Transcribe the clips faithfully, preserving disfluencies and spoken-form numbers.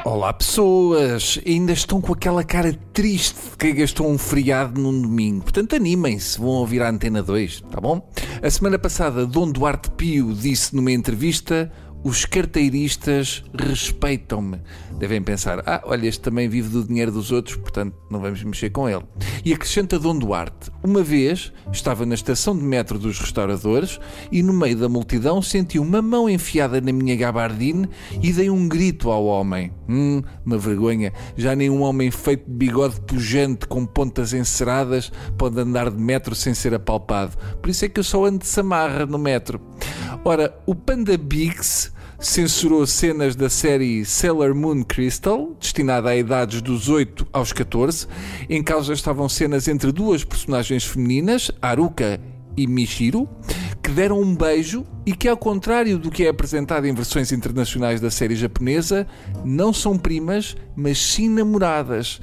Olá pessoas, ainda estão com aquela cara triste de que gastou um feriado num domingo. Portanto animem-se, vão ouvir a Antena dois, tá bom? A semana passada Dom Duarte Pio disse numa entrevista: os carteiristas respeitam-me. Devem pensar, ah, olha, este também vive do dinheiro dos outros, portanto não vamos mexer com ele. E acrescenta Dom Duarte: uma vez estava na estação de metro dos restauradores e no meio da multidão senti uma mão enfiada na minha gabardine e dei um grito ao homem. Hum, uma vergonha. Já nem um homem feito de bigode pujante com pontas enceradas pode andar de metro sem ser apalpado. Por isso é que eu só ando de samarra no metro. Ora, o Panda Bigs censurou cenas da série Sailor Moon Crystal, destinada a idades dos oito aos catorze. Em causa estavam cenas entre duas personagens femininas, Haruka e Michiru, que deram um beijo e que, ao contrário do que é apresentado em versões internacionais da série japonesa, não são primas, mas sim namoradas.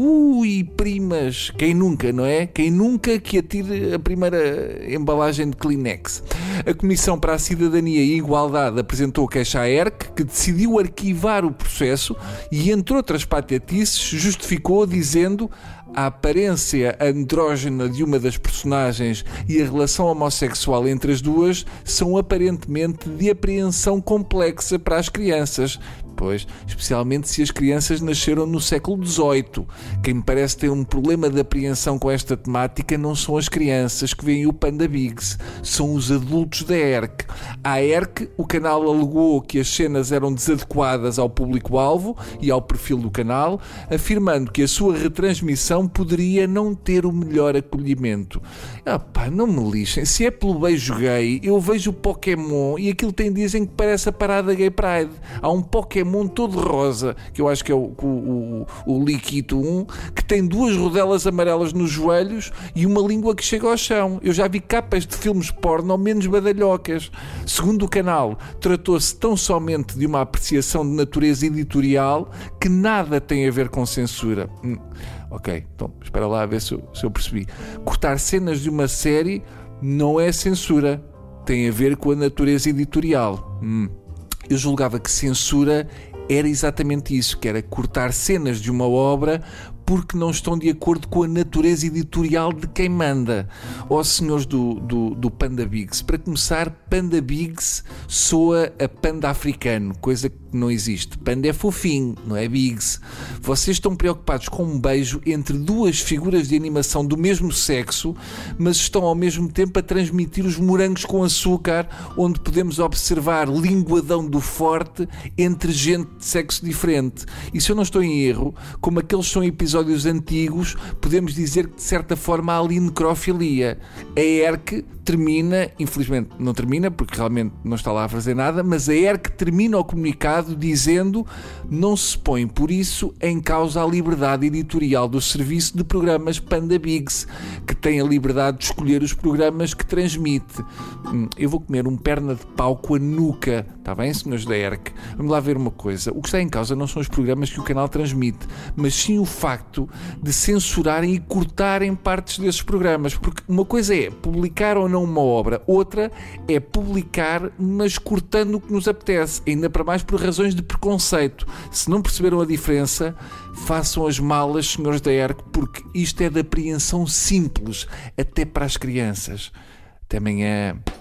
Ui, primas! Quem nunca, não é? Quem nunca que atire a primeira embalagem de Kleenex? A Comissão para a Cidadania e Igualdade apresentou queixa à E R C, que decidiu arquivar o processo e, entre outras patetices, justificou dizendo: a aparência andrógena de uma das personagens e a relação homossexual entre as duas são aparentemente de apreensão complexa para as crianças. Pois, especialmente se as crianças nasceram no século dezoito. Quem me parece ter um problema de apreensão com esta temática não são as crianças que veem o Panda Bigs, são os adultos da E R C. À E R C, o canal alegou que as cenas eram desadequadas ao público-alvo e ao perfil do canal, afirmando que a sua retransmissão poderia não ter o melhor acolhimento. Ah pá, não me lixem. Se é pelo beijo gay, eu vejo o Pokémon e aquilo tem dizem que parece a parada Gay Pride. Há um Pokémon todo rosa, que eu acho que é o, o, o, o Liquito um, que tem duas rodelas amarelas nos joelhos e uma língua que chega ao chão. Eu já vi capas de filmes porno menos badalhocas. Segundo o canal, tratou-se tão somente de uma apreciação de natureza editorial que nada tem a ver com censura. Hum, ok, então espera lá a ver se eu, se eu percebi. Cortar cenas de uma série não é censura, tem a ver com a natureza editorial. Hum. Eu julgava que censura era exatamente isso, que era cortar cenas de uma obra porque não estão de acordo com a natureza editorial de quem manda. Ó oh, senhores do, do, do Panda Bigs, para começar, Panda Bigs soa a panda africano, coisa que não existe. Panda é fofinho, não é Bigs. Vocês estão preocupados com um beijo entre duas figuras de animação do mesmo sexo, mas estão ao mesmo tempo a transmitir os morangos com açúcar, onde podemos observar linguadão do forte entre gente de sexo diferente. E se eu não estou em erro, como aqueles são episódios episódios antigos, podemos dizer que de certa forma há ali necrofilia. A E R C termina, infelizmente não termina porque realmente não está lá a fazer nada, mas a E R C termina o comunicado dizendo: não se põe por isso em causa a liberdade editorial do serviço de programas Panda Bigs, que tem a liberdade de escolher os programas que transmite. Hum, eu vou comer um perna de pau com a nuca, está bem, senhores da E R C? Vamos lá ver uma coisa. O que está em causa não são os programas que o canal transmite, mas sim o facto de censurarem e cortarem partes desses programas, porque uma coisa é publicar ou não uma obra, outra é publicar mas cortando o que nos apetece, ainda para mais por razões de preconceito. Se não perceberam a diferença, façam as malas, senhores da E R C, porque isto é de apreensão simples até para as crianças. Até amanhã.